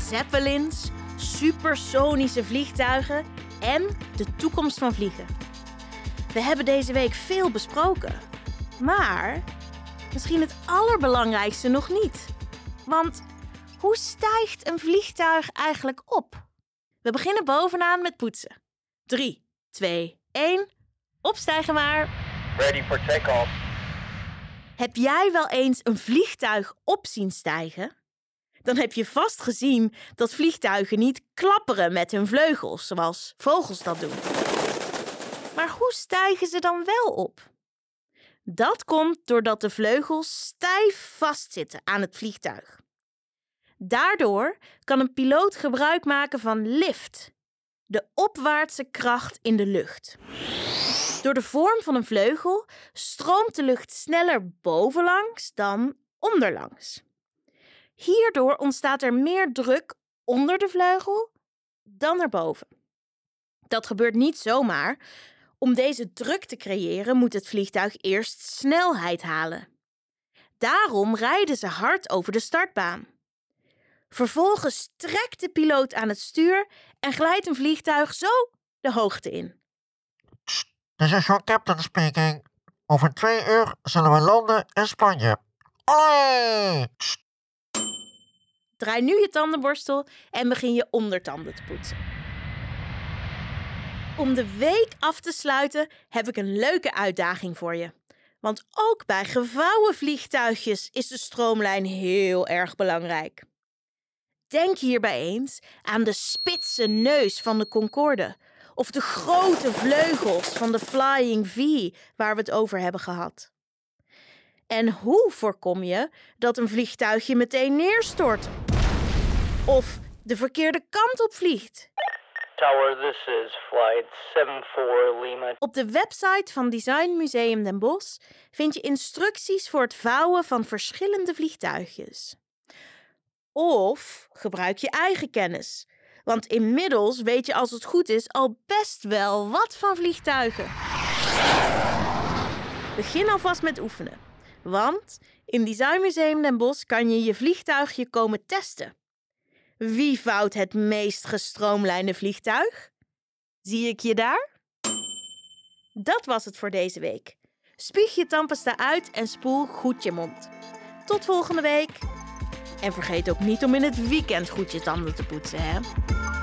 zeppelins, supersonische vliegtuigen en de toekomst van vliegen. We hebben deze week veel besproken. Maar misschien het allerbelangrijkste nog niet. Want hoe stijgt een vliegtuig eigenlijk op? We beginnen bovenaan met poetsen. 3, 2, 1. Opstijgen maar. Ready for takeoff. Heb jij wel eens een vliegtuig op zien stijgen? Dan heb je vast gezien dat vliegtuigen niet klapperen met hun vleugels, zoals vogels dat doen. Maar hoe stijgen ze dan wel op? Dat komt doordat de vleugels stijf vastzitten aan het vliegtuig. Daardoor kan een piloot gebruik maken van lift, de opwaartse kracht in de lucht. Door de vorm van een vleugel stroomt de lucht sneller bovenlangs dan onderlangs. Hierdoor ontstaat er meer druk onder de vleugel dan erboven. Dat gebeurt niet zomaar. Om deze druk te creëren moet het vliegtuig eerst snelheid halen. Daarom rijden ze hard over de startbaan. Vervolgens trekt de piloot aan het stuur en glijdt een vliegtuig zo de hoogte in. Dit is your captain speaking. Over 2 uur zullen we landen in Spanje. Allee! Draai nu je tandenborstel en begin je ondertanden te poetsen. Om de week af te sluiten heb ik een leuke uitdaging voor je. Want ook bij gevouwen vliegtuigjes is de stroomlijn heel erg belangrijk. Denk hierbij eens aan de spitse neus van de Concorde of de grote vleugels van de Flying V waar we het over hebben gehad. En hoe voorkom je dat een vliegtuigje meteen neerstort? Of de verkeerde kant op vliegt? Tower, this is flight 74 Lima. Op de website van Design Museum Den Bosch vind je instructies voor het vouwen van verschillende vliegtuigjes. Of gebruik je eigen kennis. Want inmiddels weet je als het goed is al best wel wat van vliegtuigen. Begin alvast met oefenen. Want in Design Museum Den Bosch kan je je vliegtuigje komen testen. Wie vouwt het meest gestroomlijnde vliegtuig? Zie ik je daar? Dat was het voor deze week. Spuug je tandpasta uit en spoel goed je mond. Tot volgende week. En vergeet ook niet om in het weekend goed je tanden te poetsen, hè?